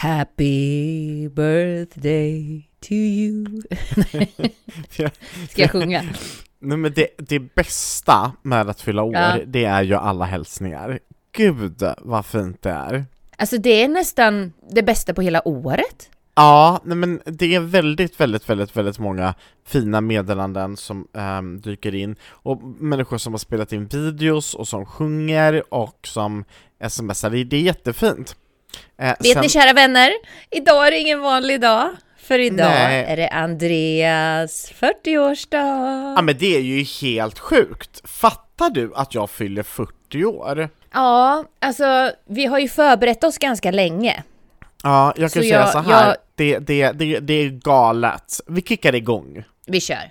Happy birthday to you. Ska jag sjunga? Nej, men det bästa med att fylla år, det är ju alla hälsningar. Gud, vad fint det är. Alltså det är nästan det bästa på hela året. Ja, nej, men det är väldigt många fina meddelanden som dyker in. Och människor som har spelat in videos och som sjunger och som smsar. Det är jättefint. Vet ni, kära vänner, idag är det ingen vanlig dag. För idag är det Andreas 40-årsdag. Ja, men det är ju helt sjukt. Fattar du att jag fyller 40 år? Ja, alltså vi har ju förberett oss ganska länge. Ja, jag kan säga så här. Det är galet. Vi kickar igång. Vi kör.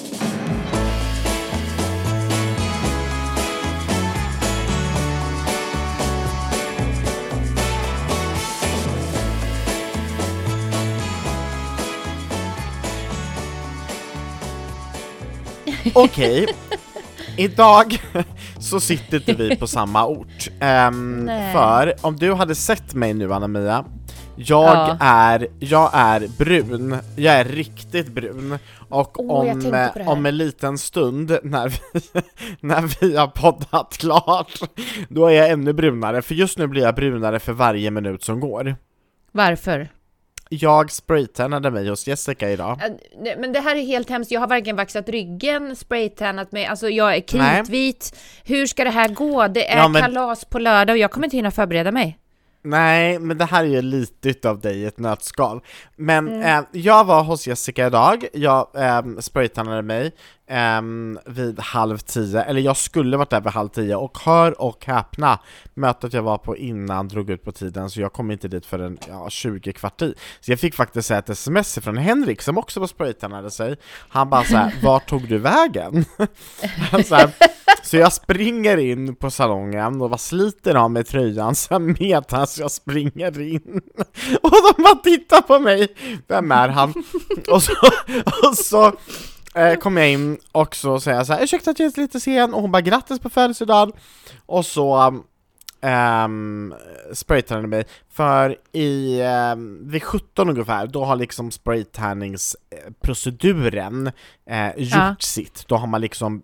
Okej. Idag så sitter inte vi på samma ort. För om du hade sett mig nu, Anna-Mia, jag är brun. Jag är riktigt brun. Och om en liten stund när vi har poddat klart, då är jag ännu brunare. För just nu blir jag brunare för varje minut som går. Varför? Jag spraytannade mig hos Jessica idag. Men det här är helt hemskt. Jag har varken vaxat ryggen, spraytannat mig. Alltså jag är kritvit. Hur ska det här gå? Det är kalas på lördag och jag kommer inte hinna förbereda mig. Nej, men det här är ju lite av dig i ett nötskal. Men jag var hos Jessica idag. Jag spraytannade mig vid 9:30. Eller jag skulle varit där vid 9:30. Och hör och häpna, mötet jag var på innan drog ut på tiden. Så jag kom inte dit förrän 20 kvart i. Så jag fick faktiskt ett sms från Henrik som också var spraytannade sig. Han bara så här: var tog du vägen? Så jag springer in på salongen och sliter av mig tröjan så medan jag springer in. Och de bara tittar på mig. Vem är han? och så kom jag in och så säger jag så här: ursäkta att jag är lite sen. Och hon bara: grattis på födelsedagen. Och så spraytannade mig. För vid 17 ungefär, då har liksom spraytanningsproceduren gjort sitt. Då har man liksom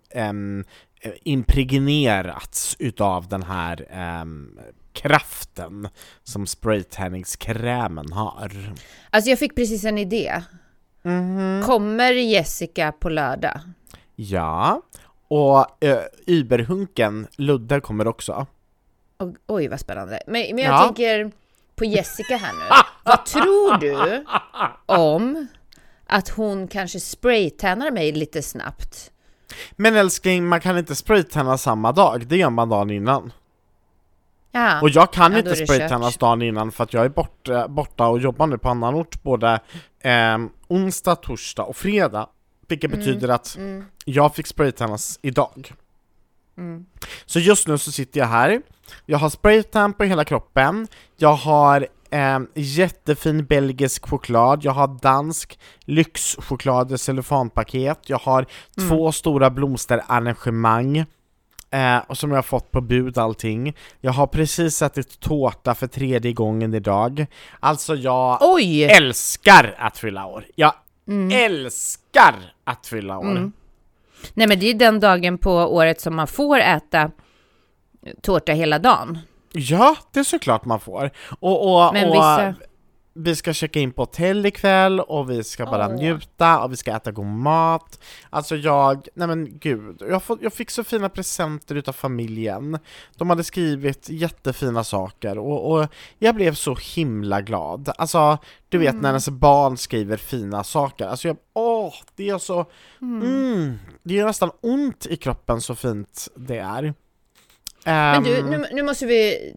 impregnerats utav den här kraften som spraytanningskrämen har. Alltså jag fick precis en idé. Kommer Jessica på lördag? Ja. Och Uberhunken Ludde kommer också. Oj, vad spännande. Men jag tänker på Jessica här nu. Vad tror du om att hon kanske spraytannar mig lite snabbt? Men älskling, man kan inte spraytanna samma dag. Det gör man dagen innan. Ja. Och jag kan inte spraytannas dagen innan för att jag är borta och jobbar nu på annan ort både onsdag, torsdag och fredag. Vilket betyder att jag fick spraytannas idag. Så just nu så sitter jag här. Jag har spraytan på hela kroppen. Jag har jättefin belgisk choklad. Jag har dansk lyxchoklad i cellofanpaket. Jag har 2 stora blomsterarrangemang och som jag har fått på bud allting. Jag har precis ätit tårta för 3:e gången idag. Alltså jag älskar att fylla år. Jag älskar att fylla år. Nej, men det är den dagen på året som man får äta tårta hela dagen. Ja, det är såklart man får. Och vi ska checka in på hotell ikväll och vi ska bara njuta och vi ska äta god mat. Alltså nej men gud, jag fick så fina presenter utav familjen. De hade skrivit jättefina saker och jag blev så himla glad. Alltså, du vet när ens barn skriver fina saker. Alltså det är så det gör nästan ont i kroppen så fint det är. Men du, nu måste vi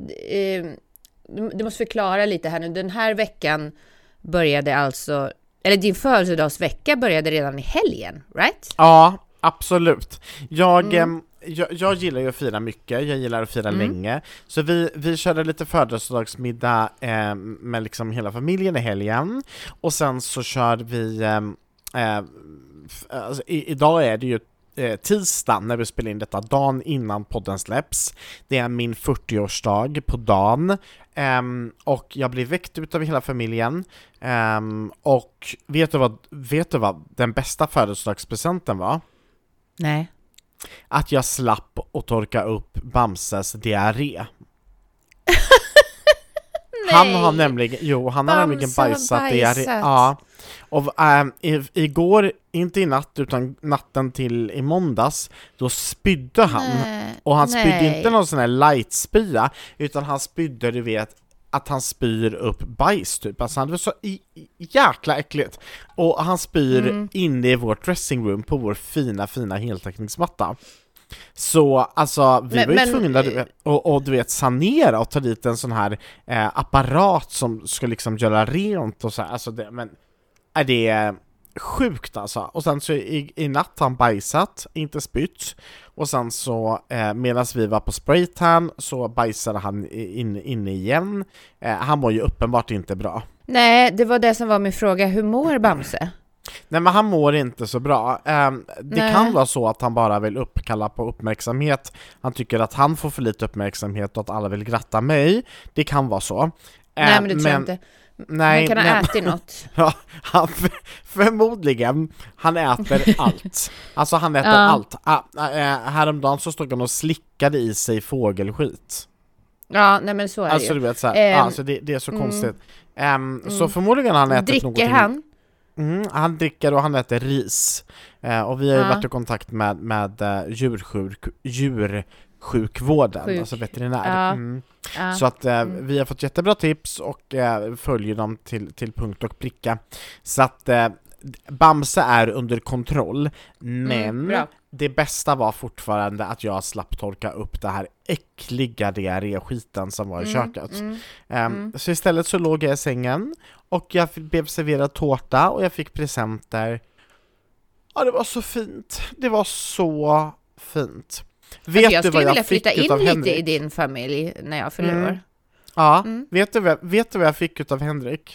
du måste förklara lite här nu. Den här veckan började alltså, eller din födelsedagsvecka började redan i helgen, right? Ja, absolut. Jag gillar ju att fira mycket. Jag gillar att fira länge. Så vi körde lite födelsedagsmiddag med liksom hela familjen i helgen. Och sen så körde vi alltså, idag är det ju tisdag när vi spelar in detta, dagen innan podden släpps. Det är min 40-årsdag på dagen. Och jag blir väckt utav hela familjen. Och vet du vad den bästa födelsedagspresenten var? Nej. Att jag slapp att torka upp Bamses diarré. Han har nämligen bajsat diarré. Ja. Och igår, inte i natt utan natten till i måndags, då spydde han. Och han spydde inte någon sån här light-spya, utan han spydde, du vet, att han spyr upp bajs typ. Alltså det var så jäkla äckligt. Och han spyr inne i vårt dressing room på vår fina heltäckningsmatta. Så alltså vi var ju tvungna du vet sanera och ta dit en sån här apparat som ska liksom göra rent och så här. Alltså det är sjukt alltså. Och sen så i natt har han bajsat, inte spytt. Och sen så medan vi var på spraytan så bajsade han inne igen. Han var ju uppenbart inte bra. Nej, det var det som var min fråga. Hur mår Bamse? Nej, men han mår inte så bra. Det kan vara så att han bara vill kalla på uppmärksamhet. Han tycker att han får för lite uppmärksamhet och att alla vill gratta mig. Det kan vara så. Nej, men det tror jag inte. Han kan ha ätit något. Ja, förmodligen. Han äter allt. Alltså han äter allt. Häromdagen så stod han och slickade i sig fågelskit. Ja, nej men så är alltså, det ju. Du vet, så här, alltså det är så konstigt. Så förmodligen han äter dricker någonting. Han? Han dricker och han äter ris. Och vi har ju varit i kontakt med djursjukvården, alltså veterinär. Så att vi har fått jättebra tips och följer dem till punkt och pricka. Så att Bamse är under kontroll. Men det bästa var fortfarande att jag slapp torka upp det här äckliga diarréskiten som var i köket. Så istället så låg jag i sängen och jag blev serverad tårta och jag fick presenter. Ja, det var så fint. Det var så fint. Vet du vad jag fick utav Henrik? Jag skulle vilja flytta in lite i din familj när jag fyller år. Ja, vet du vad jag fick utav Henrik?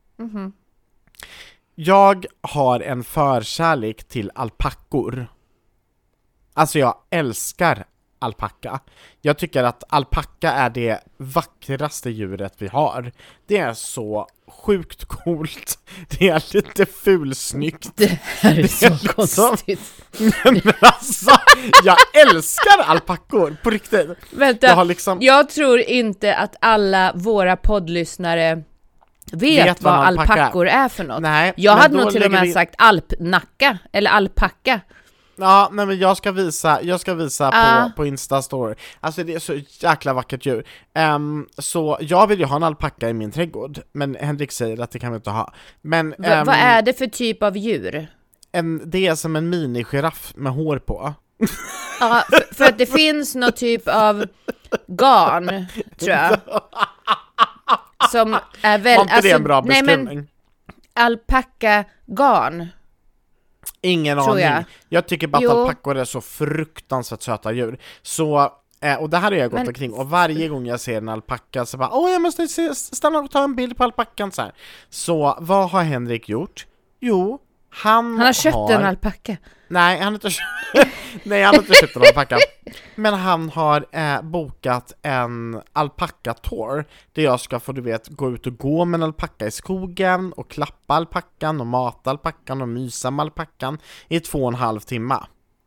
Jag har en förkärlek till alpackor. Alltså jag älskar alpacka. Jag tycker att alpacka är det vackraste djuret vi har. Det är så sjukt coolt. Det är lite fulsnyggt. Det här är så konstigt. Men alltså, jag älskar alpackor på riktigt. Vänta, jag tror inte att alla våra poddlyssnare vet vad alpackor är för något. Nej, jag hade nog till och med sagt alpnacka eller alpacka. Ja, nej, men jag ska visa på Insta-story. Alltså det är så jäkla vackert djur. Så jag vill ju ha en alpacka i min trädgård. Men Henrik säger att det kan vi inte ha. Men vad är det för typ av djur? Det är som en mini-giraff med hår på. Ja, för att det finns någon typ av garn, tror jag. Som är väl... Var inte det en bra beskrivning? Nej, men alpacka garn. Ingen aning. Jag tycker bara att alpackor är så fruktansvärt söta djur. Så, och det här har jag gått omkring. Och varje gång jag ser en alpacka så bara, jag måste stanna och ta en bild på alpackan så här. Så vad har Henrik gjort? Jo, han har köpt en alpacka. Nej, han har inte köpt en alpacka. Men han har bokat en alpacka-tour där jag ska få, du vet, gå ut och gå med en alpacka i skogen och klappa alpackan och mata alpackan och mysa med alpackan i 2,5 timmar.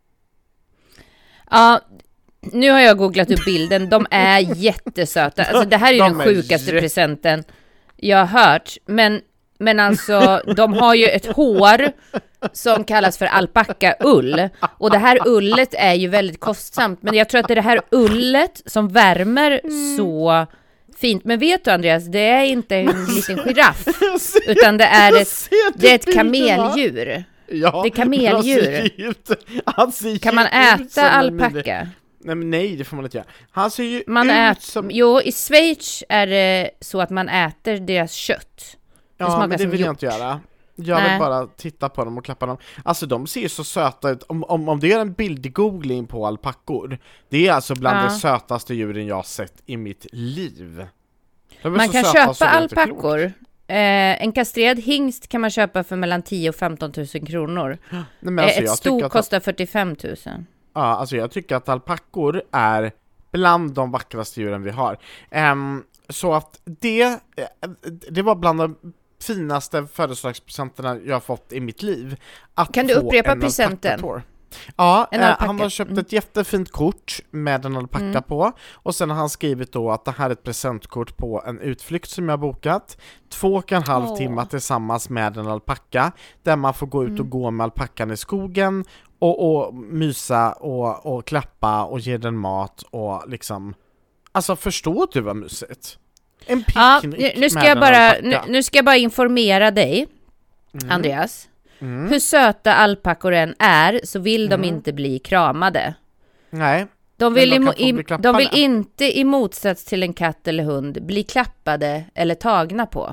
Ja, nu har jag googlat upp bilden. De är jättesöta. Alltså det här är ju den sjukaste presenten jag har hört. Men alltså, de har ju ett hår som kallas för alpacka-ull. Och det här ullet är ju väldigt kostsamt. Men jag tror att det är det här ullet som värmer så fint. Men vet du, Andreas, det är inte en liten giraff. Utan det är ett kameldjur. Ja, det är kameldjur. Kan man äta alpacka? Nej, det får man inte göra. Han ser ju som... Jo, i Schweiz är det så att man äter deras kött. Ja, men det vill jag inte göra. Jag vill bara titta på dem och klappa dem. Alltså de ser så söta ut. Om du gör en bildgoogling på alpackor, det är alltså bland de sötaste djuren jag har sett i mitt liv. Man kan köpa alpackor En kastrerad hingst kan man köpa för mellan 10 och 15 000 kronor. Nej, men alltså, ett sto kostar 45 000. Ja, alltså jag tycker att alpackor är bland de vackraste djuren vi har. Så att det var bland de finaste födelsedagspresenterna jag har fått i mitt liv. Kan du upprepa presenten? Ja, han har köpt ett jättefint kort med en alpacka på, och sen har han skrivit då att det här är ett presentkort på en utflykt som jag bokat 2,5 timmar tillsammans med en alpacka, där man får gå ut och gå med alpackan i skogen och mysa och klappa och ge den mat och liksom, alltså förstår du vad mysigt? En picknick nu ska jag bara informera dig, Andreas. Hur söta alpackor än är så vill de inte bli kramade. Nej. De vill inte i motsats till en katt eller hund bli klappade eller tagna på.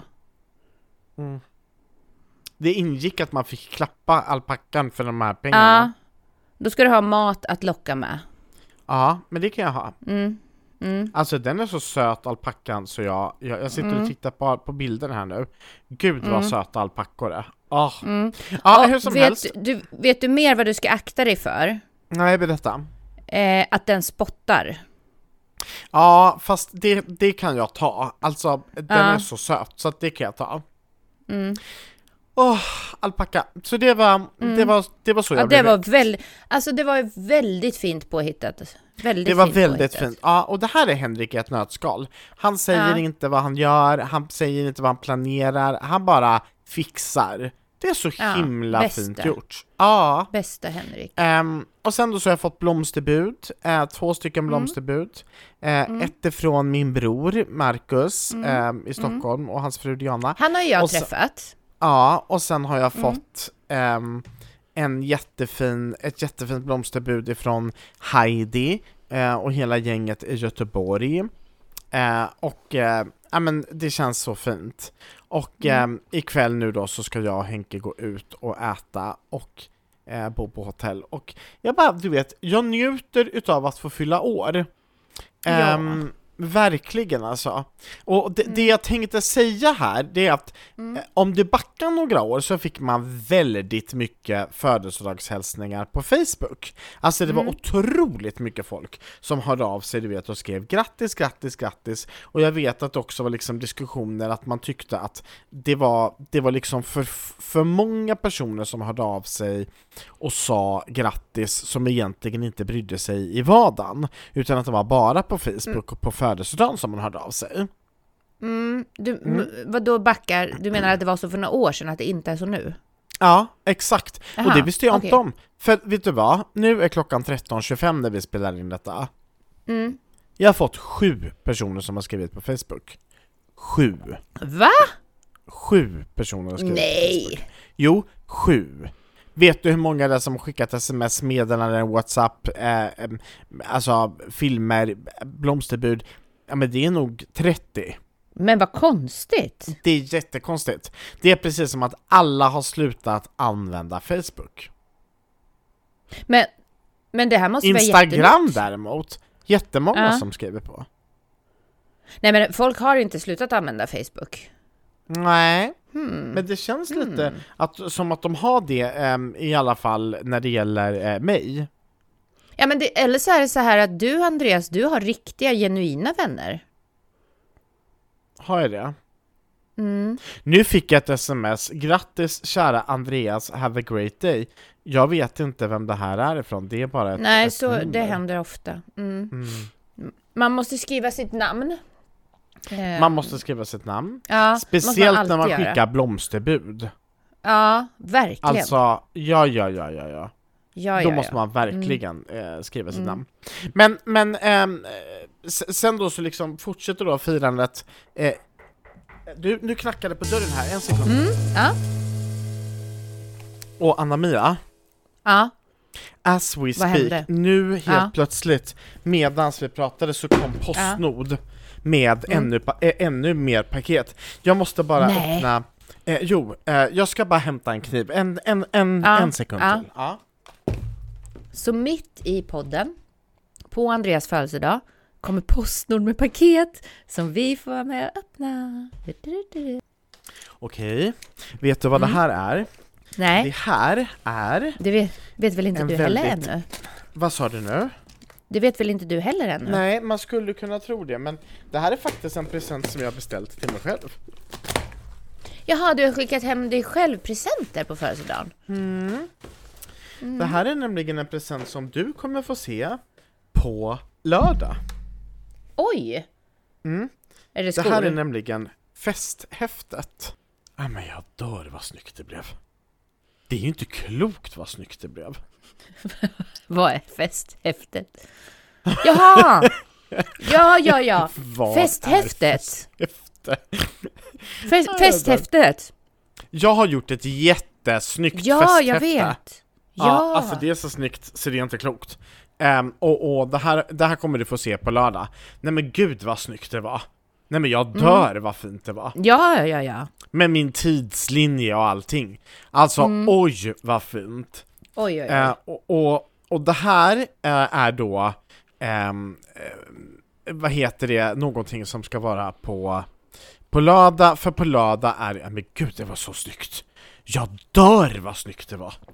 Det ingick att man fick klappa alpackan för de här pengarna. Ja, då ska du ha mat att locka med. Ja, men det kan jag ha. Alltså den är så söt, alpackan, så jag sitter och tittar på bilden här nu. Gud vad söta alpackor är. Hur som helst. Vet du mer vad du ska akta dig för? Nej, berätta. Att den spottar. Ja, fast det kan jag ta. Alltså, den är så söt, så att det kan jag ta. Alpacka. Så det var så jag blev. Det var väldigt fint påhittat. Det var väldigt fint. Ja, och det här är Henrik i ett nötskal. Han säger inte vad han gör, han säger inte vad han planerar, han bara fixar. Det är så himla fint gjort. Ja. Bästa Henrik. Och sen då så har jag fått blomsterbud, 2 stycken blomsterbud. Ett ifrån min bror Marcus i Stockholm och hans fru Diana. Han har jag träffat. Ja, och sen har jag fått ett jättefint blomsterbud ifrån Heidi och hela gänget i Göteborg. Men det känns så fint. Och ikväll nu då så ska jag och Henke gå ut och äta och bo på hotell. Och jag njuter utav att få fylla år. Verkligen alltså. Och det jag tänkte säga här, det är att om du backar några år så fick man väldigt mycket födelsedagshälsningar på Facebook. Alltså det var otroligt mycket folk som hörde av sig, du vet, och skrev grattis. Och jag vet att det också var liksom diskussioner att man tyckte att det var liksom för många personer som hörde av sig och sa grattis som egentligen inte brydde sig i vardagen, utan att det var bara på Facebook och på födelsedagen som man hörde av sig. Vad då backar? Du menar att det var så för några år sedan, att det inte är så nu? Ja, exakt. Aha, och det visste jag inte om. För vet du vad? Nu är klockan 13.25 när vi spelar in detta. Jag har fått 7 personer som har skrivit på Facebook. 7. Va? 7 personer har skrivit på Facebook. Jo, 7. Vet du hur många det är som har skickat sms-meddelanden, WhatsApp, alltså filmer, blomsterbud? Ja, men det är nog 30. Men vad konstigt. Det är jättekonstigt. Det är precis som att alla har slutat använda Facebook. Men det här måste Instagram vara däremot, jättemånga som skriver på. Nej, men folk har inte slutat använda Facebook. Nej. Men det känns lite som att de har det i alla fall när det gäller mig. Ja, men eller så är det så här att du, Andreas, du har riktiga, genuina vänner. Har jag det? Nu fick jag ett sms. Grattis kära Andreas, have a great day. Jag vet inte vem det här är ifrån. Det är bara ett så nummer. Det händer ofta. Man måste skriva sitt namn. Man måste skriva sitt namn. Ja, speciellt när man skickar blomsterbud. Ja, verkligen. Alltså, ja. Då måste man verkligen skriva sitt namn. Men sen då så liksom fortsätter då firandet. Nu knackade på dörren här, en sekund. Ja. Och Anna-Mia. Ja. As we speak, nu helt plötsligt medans vi pratade så kom Postnord med ännu mer paket. Jag måste bara öppna. Jag ska bara hämta en kniv. En sekund till. Ja. Så mitt i podden på Andreas födelsedag kommer Postnord med paket som vi får vara med och öppna. Okej. Vet du vad det här är? Nej. Det här är... Det vet väl inte du heller ännu? Vad sa du nu? Det vet väl inte du heller ännu? Nej, man skulle kunna tro det. Men det här är faktiskt en present som jag har beställt till mig själv. Jaha, du har skickat hem dig själv presenter på födelsedagen. Det här är nämligen en present som du kommer få se på lördag. Oj! Är det skor? Det här är nämligen festhäftet. Men jag dör vad snyggt det blev. Det är ju inte klokt vad snyggt det blev. Vad är festhäftet? Jaha! Ja. Festhäftet. Festhäftet. Jag har gjort ett jättesnyggt festhäfte. Ja, jag vet. Ja, alltså det är så snyggt så det är inte klokt. Och det här kommer du få se på lördag. Nej men gud vad snyggt det var. Nej men jag dör vad fint det var. Ja. Med min tidslinje och allting. Alltså oj vad fint. Oj. Och det här är då vad heter det, någonting som ska vara på lördag. För på lördag är men gud det var så snyggt. Jag dör vad snyggt det var.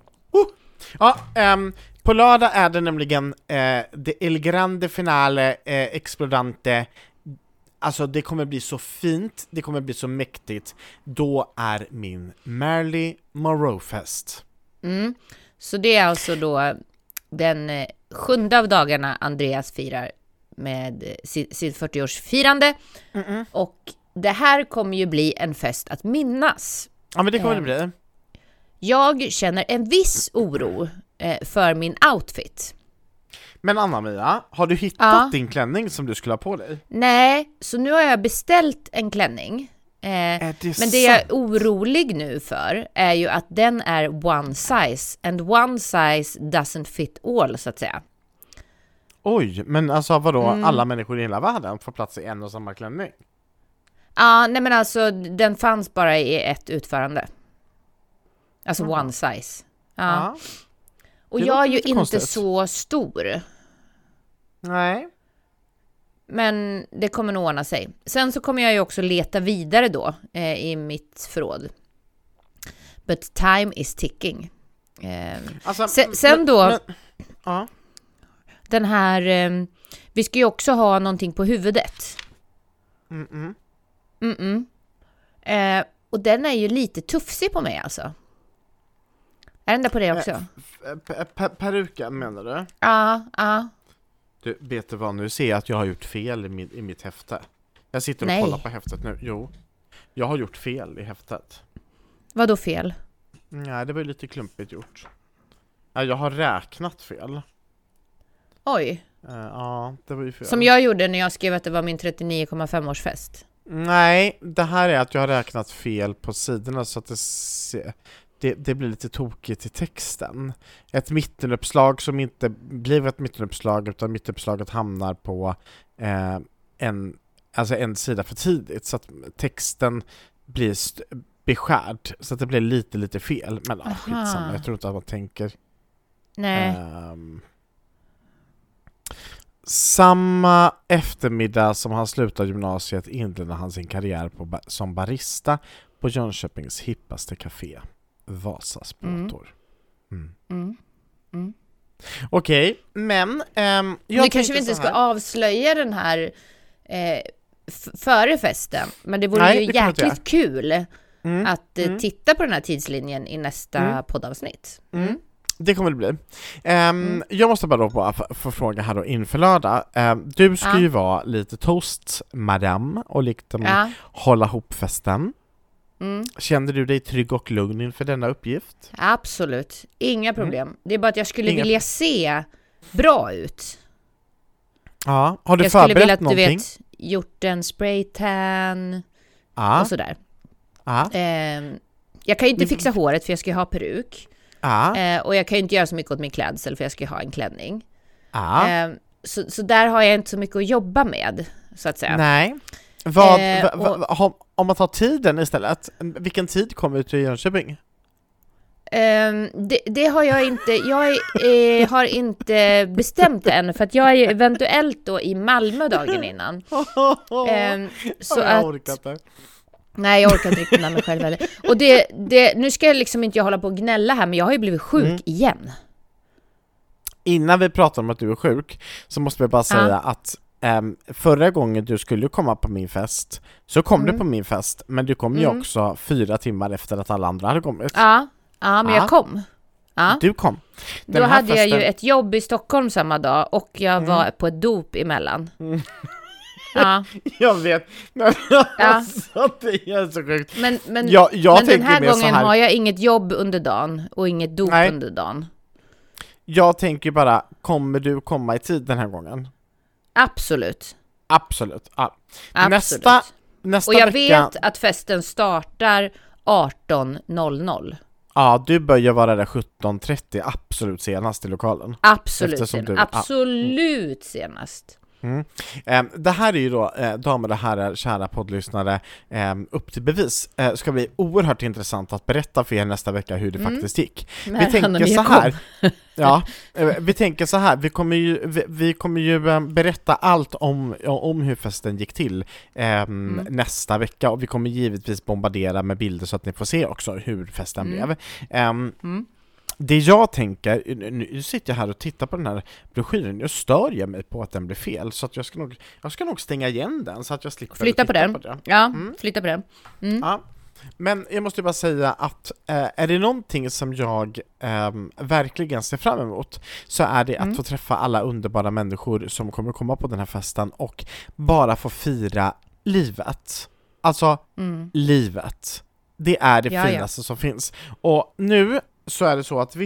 På lördag är det nämligen det El Grande Finale Explodante. Alltså det kommer bli så fint, det kommer bli så mäktigt. Då är min Marilyn Monroe-fest. Så det är alltså då den 7:e av dagarna Andreas firar med sitt 40-årsfirande. Och det här kommer ju bli en fest att minnas. Ja men det kommer det bli. Jag känner en viss oro för min outfit. Men Anna-Mia, har du hittat din klänning som du skulle ha på dig? Nej, så nu har jag beställt en klänning. Men det jag är orolig nu för är ju att den är one size. And one size doesn't fit all, så att säga. Oj, men alltså vadå? Alla människor i hela världen får plats i en och samma klänning? Ja, nej men alltså den fanns bara i ett utförande. Alltså one size. Ja. Och jag är ju inte konstigt. Så stor. Nej. Men det kommer nog ordna sig. Sen så kommer jag ju också leta vidare då i mitt förråd. But time is ticking. Alltså, sen då den här vi ska ju också ha någonting på huvudet. Och den är ju lite tuffsig på mig alltså. Är den där på det också? Peruken menar du? Ja. Du, vet du vad, nu ser jag att jag har gjort fel i mitt häfte. Jag sitter och kollar på häftet nu. Jo, jag har gjort fel i häftet. Vad då fel? Nej, det var ju lite klumpigt gjort. Jag har räknat fel. Oj. Ja, det var ju fel. Som jag gjorde när jag skrev att det var min 39,5-årsfest. Nej, det här är att jag har räknat fel på sidorna så att det blir lite tokigt i texten. Ett mittenuppslag som inte blir ett mittenuppslag utan mittenuppslaget hamnar på en sida för tidigt så att texten blir beskärd så att det blir lite fel. Men skitsamma, jag tror inte att man tänker. Nej. Samma eftermiddag som han slutade gymnasiet inledde han sin karriär som barista på Jönköpings hippaste café, Vasas båtor. Okej, men nu kanske vi inte ska avslöja den här före festen, men det vore ju jäkligt kul att titta på den här tidslinjen i nästa poddavsnitt. Det kommer det bli. Jag måste bara få fråga här då inför lördag. Du ska ju vara lite toast, madame, och hålla ihop festen. Kände du dig trygg och lugn inför denna uppgift? Absolut, inga problem. Det är bara att jag skulle vilja se bra ut. Ja, har du jag förberett skulle vilja att någonting? Du vet, gjort en spraytan och sådär. Jag kan ju inte fixa håret för jag ska ha peruk. Och jag kan ju inte göra så mycket åt min klädsel för jag ska ha en klänning. Så där har jag inte så mycket att jobba med, så att säga. Nej. Om man tar tiden istället, vilken tid kommer du till Jönköping? Det har jag inte. Jag har inte bestämt det än, för att jag är eventuellt då i Malmö dagen innan. Så jag orkar inte. Nej, jag orkar inte riktigt med mig själv heller. Och nu ska jag liksom inte hålla på och gnälla här, men jag har ju blivit sjuk igen. Innan vi pratar om att du är sjuk så måste vi bara säga att förra gången du skulle komma på min fest så kom du på min fest, men du kom ju också 4 timmar efter att alla andra hade kommit. Ja, men jag kom. Ja. Du kom. Då hade jag ju ett jobb i Stockholm samma dag och jag var på ett dop emellan. Ja. Jag vet. Alltså, det är så sjukt. Men men den här gången har jag inget jobb under dagen och inget dop under dagen. Jag tänker bara, kommer du komma i tid den här gången? Absolut. Ja. Nästa och jag vecka... vet att festen startar 18:00. Ja, du bör ju vara där 17:30 absolut senast i lokalen. Absolut senast. Det här är ju då, damer och herrar, kära poddlyssnare, upp till bevis. Ska bli oerhört intressant att berätta för er nästa vecka hur det faktiskt gick. Vi tänker så här. Vi tänker så här. Vi kommer ju berätta allt om hur festen gick till nästa vecka, och vi kommer givetvis bombardera med bilder så att ni får se också hur festen blev. Det jag tänker, nu sitter jag här och tittar på den här broschyren, jag stör jag mig på att den blir fel, så att jag ska nog stänga igen den så att jag slipper flytta på den. Flytta på den. Ja. Men jag måste bara säga att är det någonting som jag verkligen ser fram emot, så är det att få träffa alla underbara människor som kommer komma på den här festen och bara få fira livet. Alltså livet. Det är det finaste som finns. Och nu så är det så att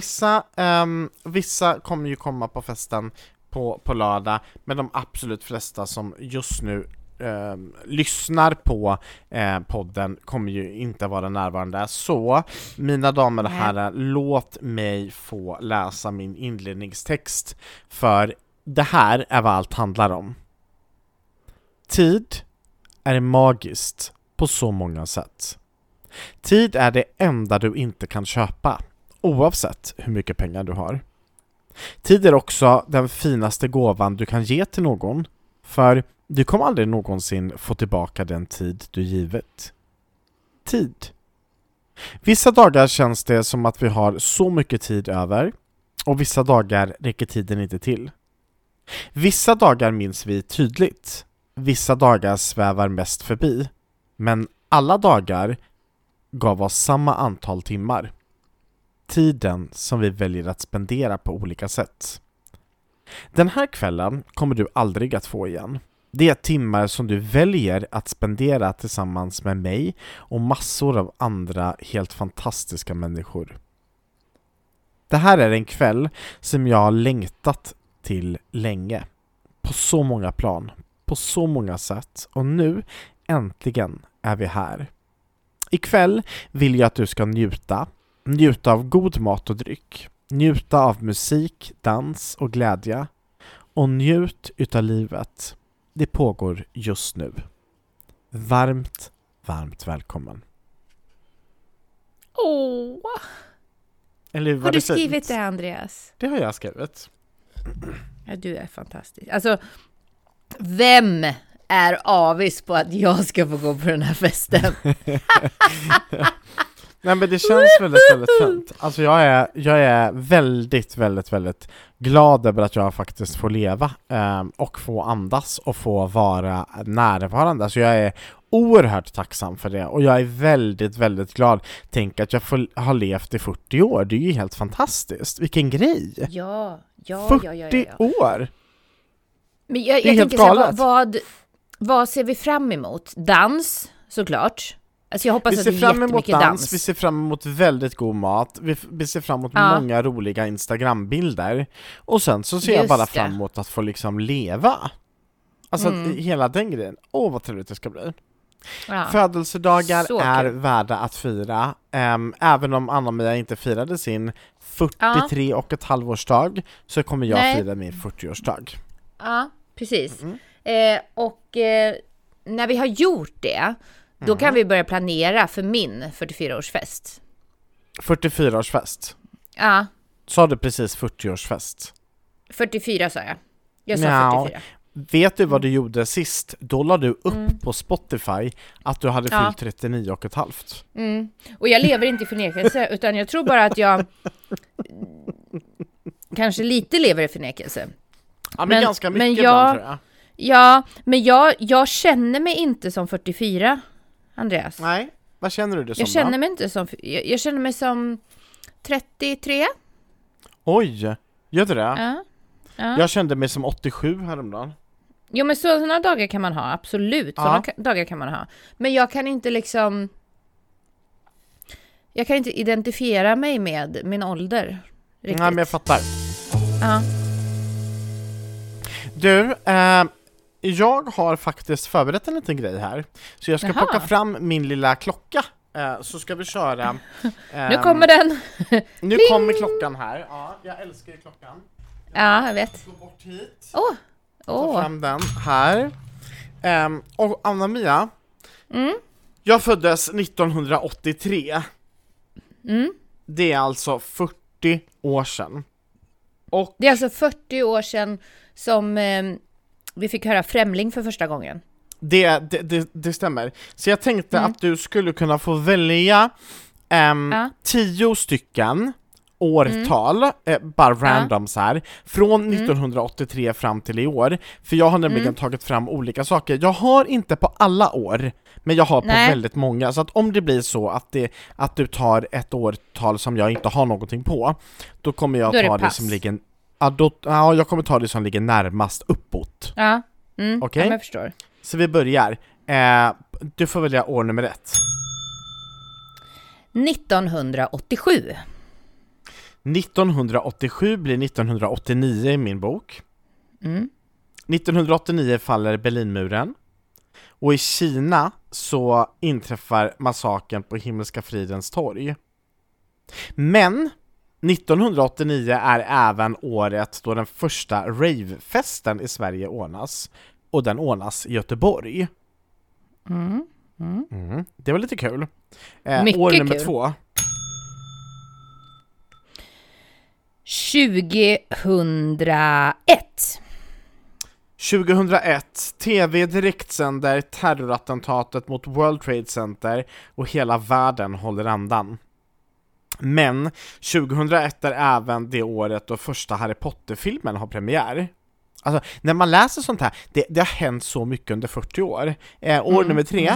vissa kommer ju komma på festen på lördag, men de absolut flesta som just nu lyssnar på podden kommer ju inte vara närvarande. Så, mina damer och herrar, låt mig få läsa min inledningstext, för det här är vad allt handlar om. Tid är magiskt på så många sätt. Tid är det enda du inte kan köpa, oavsett hur mycket pengar du har. Tid är också den finaste gåvan du kan ge till någon, för du kommer aldrig någonsin få tillbaka den tid du givit. Tid. Vissa dagar känns det som att vi har så mycket tid över, och vissa dagar räcker tiden inte till. Vissa dagar minns vi tydligt, vissa dagar svävar mest förbi, men alla dagar gav oss samma antal timmar. Tiden som vi väljer att spendera på olika sätt. Den här kvällen kommer du aldrig att få igen. Det är timmar som du väljer att spendera tillsammans med mig och massor av andra helt fantastiska människor. Det här är en kväll som jag har längtat till länge. På så många plan, på så många sätt, och nu äntligen är vi här. Ikväll vill jag att du ska njuta av god mat och dryck, njuta av musik, dans och glädje, och njut utav livet. Det pågår just nu. Varmt välkommen. Eller har du skrivit det, Andreas? Det har jag skrivit. Ja, du är fantastisk. Alltså, vem är avis på att jag ska få gå på den här festen? Nej, men det känns väldigt fint. Alltså jag är väldigt glad över att jag faktiskt får leva och få andas och få vara närvarande. Alltså jag är oerhört tacksam för det, och jag är väldigt glad. Tänk att jag har levt i 40 år. Det är ju helt fantastiskt. Vilken grej. Ja. 40 år. Men jag tänker så här, vad ser vi fram emot? Dans, såklart. Alltså jag hoppas att det är jättemycket dans. Vi ser fram emot väldigt god mat. Vi ser fram emot många roliga Instagram-bilder. Och sen så ser jag bara fram emot att få liksom leva. Alltså hela den grejen. vad trevligt det ska bli. Ja. Födelsedagar är värda att fira. Även om Anna-Mia inte firade sin 43 och ett halvårsdag, så kommer jag fira min 40-årsdag. Ja, precis. När vi har gjort det, då kan vi börja planera för min 44-årsfest. 44-årsfest? Ja. Sa du precis 40-årsfest? 44 sa jag. Jag sa 44. vet du vad du gjorde sist? Då la du upp på Spotify att du hade fyllt 39,5. Och jag lever inte i förnekelse, utan jag tror bara att jag kanske lite lever i förnekelse. Ja, men ganska mycket ibland, tror jag. Ja, men jag känner mig inte som 44, Andreas. Nej, vad känner du det som? Jag känner mig som 33. Oj, gör du det? Ja. Jag kände mig som 87 häromdagen. Jo, men sådana dagar kan man ha, absolut. Sådana dagar kan man ha. Men jag kan inte identifiera mig med min ålder. Riktigt. Nej, men jag fattar. Ja. Du, jag har faktiskt förberett en liten grej här. Så jag ska plocka fram min lilla klocka. Så ska vi köra. Nu kommer den. Nu kommer klockan här. Ja, jag älskar ju klockan. Jag vet. Gå bort hit. Ta fram den här. Och Anna-Mia. Jag föddes 1983. Det är alltså 40 år sedan. Och det är alltså 40 år sedan som vi fick höra Främling för första gången. Det stämmer. Så jag tänkte att du skulle kunna få välja 10 stycken årtal, bara random så här, från 1983 fram till i år. För jag har nämligen tagit fram olika saker. Jag har inte på alla år, men jag har på väldigt många. Så att om det blir så att du tar ett årtal som jag inte har någonting på, då kommer jag ta det som ligger... jag kommer ta det som ligger närmast uppåt. Okej? Jag förstår. Så vi börjar. Du får välja år nummer 1. 1987. 1987 blir 1989 i min bok. 1989 faller Berlinmuren. Och i Kina så inträffar massakern på Himmelska fridens torg. Men 1989 är även året då den första ravefesten i Sverige ordnas. Och den ordnas i Göteborg. Det var lite kul. År nummer 2. 2001. TV direktsänder terrorattentatet mot World Trade Center och hela världen håller andan. Men 2001 är även det året då första Harry Potter-filmen har premiär. Alltså, när man läser sånt här, det har hänt så mycket under 40 år. År nummer 3.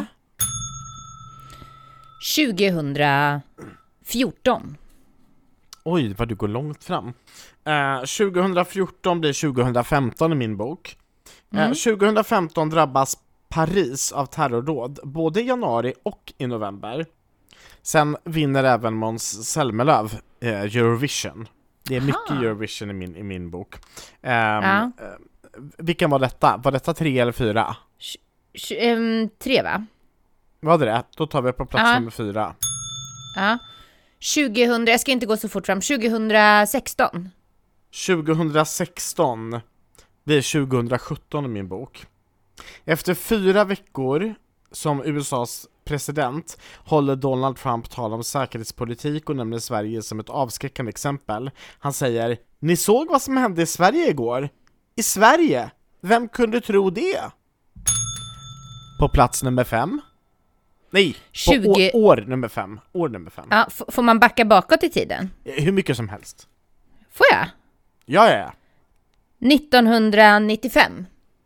2014. Oj, vad du går långt fram. 2014 blir 2015 i min bok. 2015 drabbas Paris av terrordåd, både i januari och i november. Sen vinner även Måns Zelmerlöw Eurovision. Det är mycket Eurovision i min bok. Vilken var detta? Var detta 3 eller 4? 3, va? Var det? Då tar vi på plats nummer 4. 2000, jag ska inte gå så fort fram. 2016. 2016 blir 2017 i min bok. Efter 4 veckor som USAs president håller Donald Trump tal om säkerhetspolitik och nämner Sverige som ett avskräckande exempel. Han säger: ni såg vad som hände i Sverige igår? I Sverige? Vem kunde tro det? På plats nummer 5. Nej, 20... år nummer 5. År nummer 5. Ja, får man backa bakåt i tiden? Hur mycket som helst. Får jag? Ja. 1995.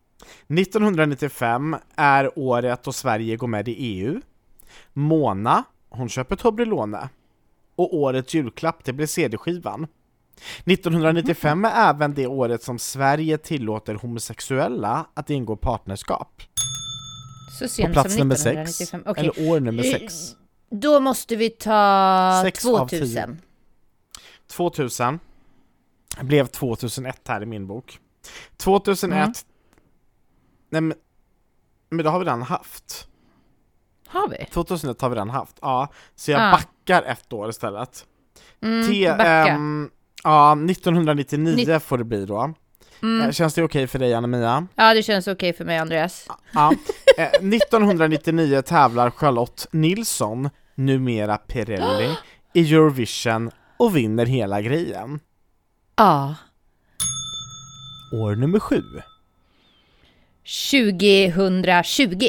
1995 är året då Sverige går med i EU. Mona, hon köper Toblerone. Och årets julklapp, det blir CD-skivan. 1995 är även det året som Sverige tillåter homosexuella att ingå partnerskap. Så sent på plats som nummer 1995. 6. Okay. Eller år nummer 6. Då måste vi ta 2000. 2000 blev 2001 här i min bok. 2001 Nej, men det har vi redan haft. Har vi? 2001 har vi redan haft. Ja, så jag backar ett år istället. Backa. 1999 får det bli då. Känns det okej för dig, Anna-Mia? Ja, det känns okej för mig, Andreas. 1999 tävlar Charlotte Nilsson, numera Pirelli, i Eurovision och vinner hela grejen. Ja. År nummer 7. 2020.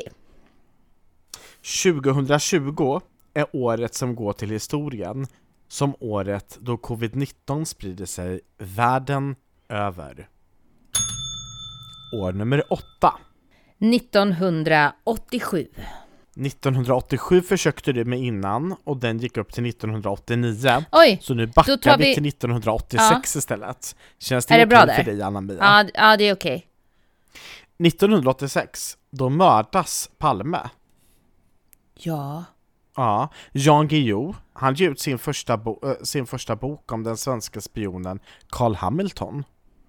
2020 är året som går till historien som året då covid-19 sprider sig världen över. År nummer 8. 1987. 1987 försökte du med innan och den gick upp till 1989. Oj, så nu backar vi till 1986 istället. Känns det, är det bra för dig, Anna-Mia? Ja, det är okej. 1986, då mördas Palme. Ja. Ja, Jan Guillou, han ger ut sin första bok om den svenska spionen Carl Hamilton.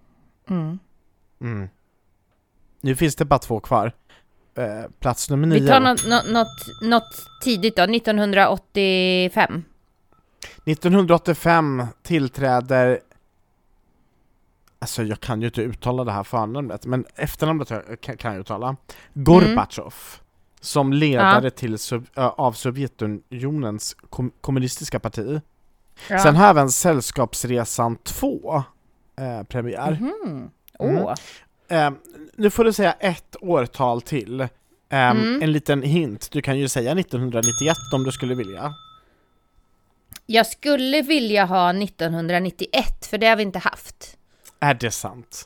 Nu finns det bara 2 kvar. Plats nummer 9. Vi tar något tidigt då, 1985. 1985 tillträder... Alltså jag kan ju inte uttala det här förnamnet, men efternamnet kan jag uttala. Gorbatjov. Som ledare av Sovjetunionens kommunistiska parti. Ja. Sen har även Sällskapsresan 2 premiär. Nu får du säga ett årtal till. En liten hint. Du kan ju säga 1991 om du skulle vilja. Jag skulle vilja ha 1991, för det har vi inte haft. Är det sant?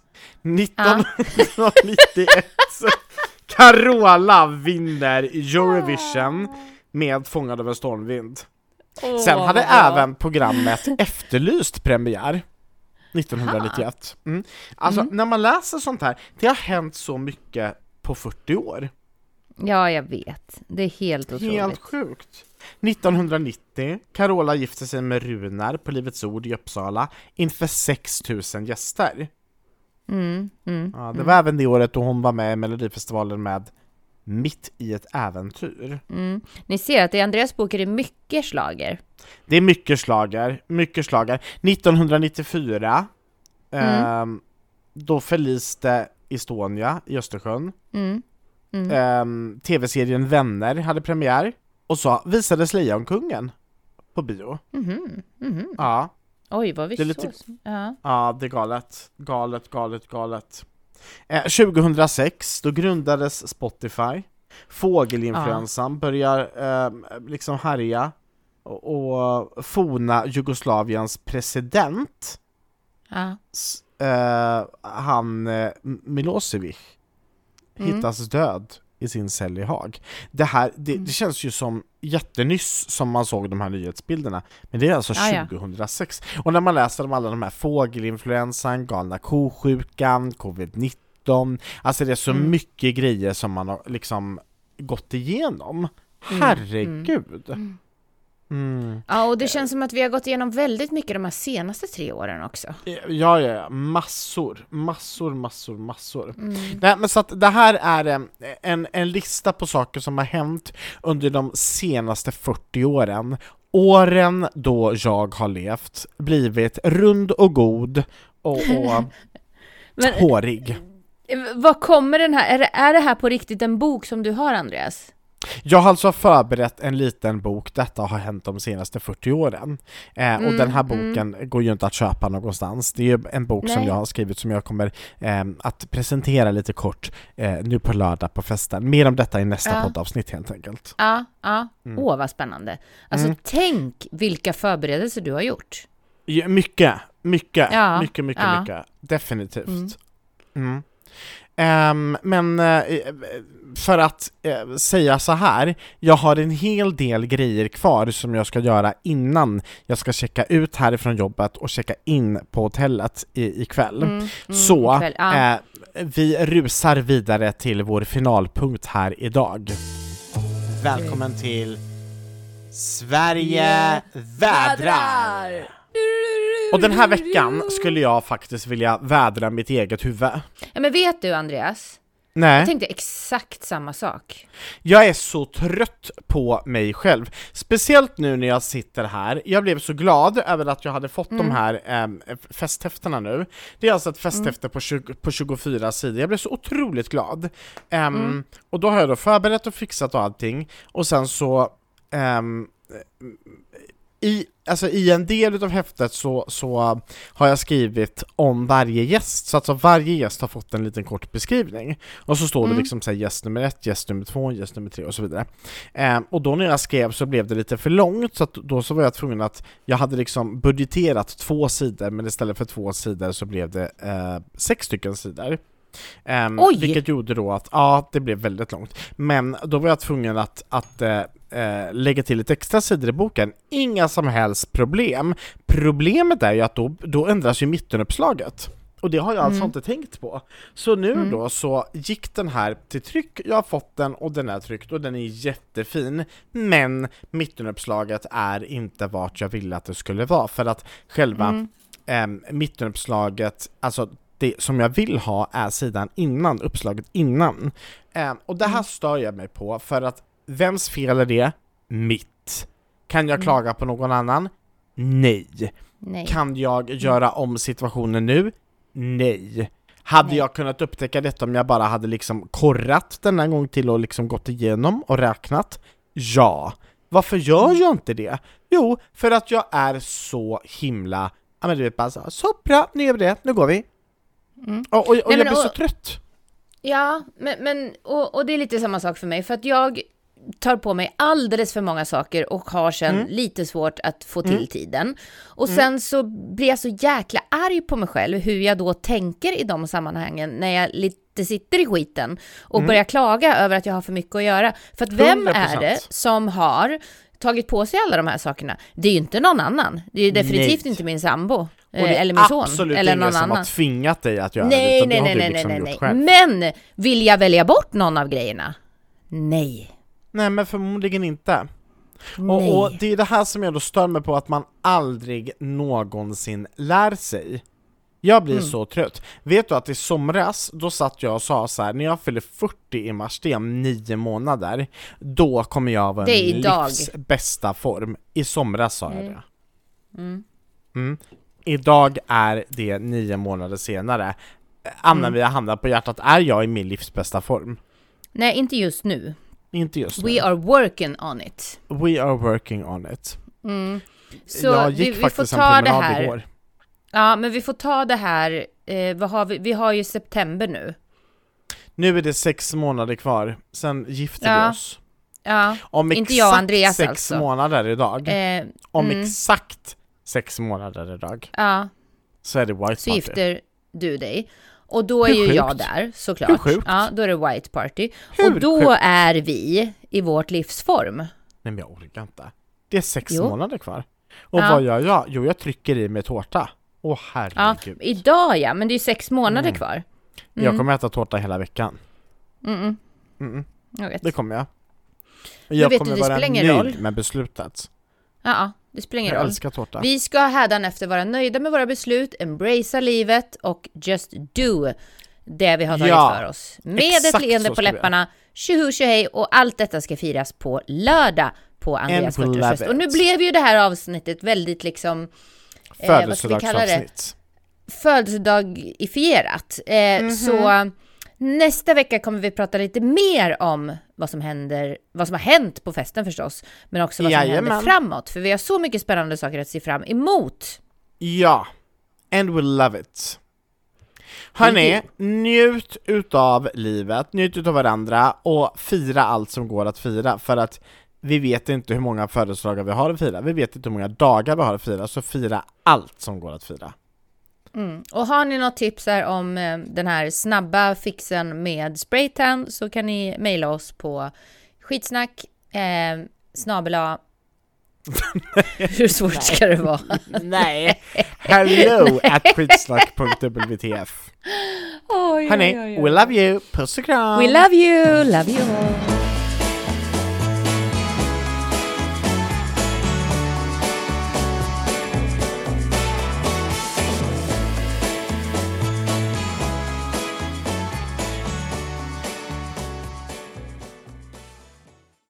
1991 Carola vinner Eurovision med Fångad av en stormvind. Sen hade även programmet Efterlyst premiär 1991. Alltså när man läser sånt här, det har hänt så mycket på 40 år. Ja, jag vet. Det är helt otroligt. Helt sjukt. 1990, Carola gifte sig med Runar på Livets Ord i Uppsala inför 6 000 gäster. Det var även det året då hon var med i Melodifestivalen med Mitt i ett äventyr. Ni ser att i Andreas bok är det mycket slager. Det är mycket slager. 1994 då förliste Estonia i Östersjön. TV-serien Vänner hade premiär. Och så visades Lejonkungen på bio. Ja. Oj, vad vi det är lite... Ja, det är galet. 2006, då grundades Spotify. Fågelinfluensan börjar liksom härja. Och forna Jugoslaviens president han Milosevic hittas död i sin cell i Haag. Det känns ju som jättenyss som man såg de här nyhetsbilderna. Men det är alltså 2006. Och när man läser om alla de här fågelinfluensan, galna kosjukan, covid-19. Alltså det är så mycket grejer som man har liksom gått igenom. Herregud. Ja, och det känns som att vi har gått igenom väldigt mycket de här senaste 3 åren också. Ja, massor. Nej, men så att det här är en lista på saker som har hänt under de senaste 40 åren. Åren då jag har levt, blivit rund och god och hårig. Vad kommer den här? Är det här på riktigt en bok som du har, Andreas? Jag har alltså förberett en liten bok. Detta har hänt de senaste 40 åren. Och den här boken går ju inte att köpa någonstans. Det är ju en bok som jag har skrivit som jag kommer att presentera lite kort nu på lördag på festen. Mer om detta i nästa poddavsnitt helt enkelt. Vad spännande. Alltså tänk vilka förberedelser du har gjort. Ja, mycket. Definitivt. Men för att säga så här, jag har en hel del grejer kvar som jag ska göra innan jag ska checka ut härifrån jobbet och checka in på hotellet ikväll. Så ikväll, vi rusar vidare till vår finalpunkt här idag. Välkommen till Sverige vädrar! Och den här veckan skulle jag faktiskt vilja vädra mitt eget huvud. Ja, men vet du, Andreas? Nej. Jag tänkte exakt samma sak. Jag är så trött på mig själv. Speciellt nu när jag sitter här. Jag blev så glad över att jag hade fått de här festhäftena nu. Det är alltså ett festhäfte på 24 sidor. Jag blev så otroligt glad. Och då har jag då förberett och fixat och allting. Och sen så... i en del av häftet så har jag skrivit om varje gäst. Så alltså varje gäst har fått en liten kort beskrivning. Och så står det liksom så här, gäst nummer 1, gäst nummer 2, gäst nummer 3 och så vidare. Och då när jag skrev så blev det lite för långt. Så att då så var jag tvungen att jag hade liksom budgeterat 2 sidor, men istället för 2 sidor så blev det 6 stycken sidor. Vilket gjorde då att det blev väldigt långt. Men då var jag tvungen att lägga till lite extra sidor i boken. Inga som helst problem. Problemet är ju att då ändras ju mittenuppslaget. Och det har jag alltså inte tänkt på. Så nu då så gick den här till tryck. Jag har fått den och den är tryckt och den är jättefin. Men mittenuppslaget är inte vart jag ville att det skulle vara. För att själva mittenuppslaget, alltså det som jag vill ha är sidan innan, uppslaget innan. Och det här stör jag mig på, för att vems fel är det? Mitt. Kan jag klaga på någon annan? Nej. Kan jag göra om situationen nu? Nej. Hade jag kunnat upptäcka detta om jag bara hade liksom korrat den en gång till och liksom gått igenom och räknat? Ja. Varför gör jag inte det? Jo, för att jag är så himla... Ja, men du vet bara så bra, nu gör vi det, nu går vi. Och jag blir så trött. Ja, men det är lite samma sak för mig. För att jag tar på mig alldeles för många saker och har sen lite svårt att få till tiden. Och sen så blir jag så jäkla arg på mig själv hur jag då tänker i de sammanhangen när jag lite sitter i skiten och börjar klaga över att jag har för mycket att göra. För att vem 100%. är det som har tagit på sig alla de här sakerna? Det är ju inte någon annan. Det är ju definitivt inte min sambo. Eller min son. Absolut eller ingen någon som annan har tvingat dig att göra nej, det. Nej. Men vill jag välja bort någon av grejerna? Nej. Nej, men förmodligen inte. Och det är det här som jag då stör mig på, att man aldrig någonsin lär sig. Jag blir så trött. Vet du att i somras, då satt jag och sa så här: när jag fyller 40 i mars, det är om 9 månader, då kommer jag vara i min livs bästa form. I somras sa jag det. Idag är det 9 månader senare. Anna, vi har handen på hjärtat, är jag i min livs bästa form? Nej, inte just nu. Inte just nu. We are working on it. We are working on it. Så jag gick vi faktiskt får ta en det promenad här. igår. Ja, men vi får ta det här. Vad har vi? Vi har ju september nu. Nu är det 6 månader kvar. Sen gifter vi oss. Ja, om inte jag och Andreas 6 alltså. månader idag. Om exakt 6 månader idag. Ja. Så är det white party. Så gifter du dig. Och då är ju jag där, såklart. Hur sjukt? Ja, då är det white party. Och då är vi i vårt livsform. Nej, men jag orkar inte. Det är 6 månader kvar. Och vad gör jag? Jo, jag trycker i med tårta. Åh, herregud. Ja, idag men det är ju 6 månader kvar. Jag kommer äta tårta hela veckan. Jag vet. Det kommer jag. Jag kommer vara nöjd med beslutet. Ja, det spelar ingen roll. Jag älskar tårta. Vi ska hädanefter vara nöjda med våra beslut, embracea livet och just do det vi har tagit för oss. Med ett leende på läpparna, tjoho tjohej, och allt detta ska firas på lördag på Andreas 40-årsfest. Och nu blev ju det här avsnittet väldigt liksom födelsedagsavsnitt. Födelsedagifierat. Så nästa vecka kommer vi prata lite mer om vad som har hänt på festen förstås, men också vad som händer framåt, för vi har så mycket spännande saker att se fram emot. Ja, and we love it. Hörrni, njut utav livet, njut utav varandra och fira allt som går att fira, för att vi vet inte hur många födelsedagar vi har att fira, vi vet inte hur många dagar vi har att fira, så fira allt som går att fira. Och har ni något tips här om den här snabba fixen med spraytan, så kan ni mejla oss på skitsnack snabela. Hur svårt ska det vara? Nej, hello@skitsnack.wtf. Honey, we love you. Puss och kram. We love you all.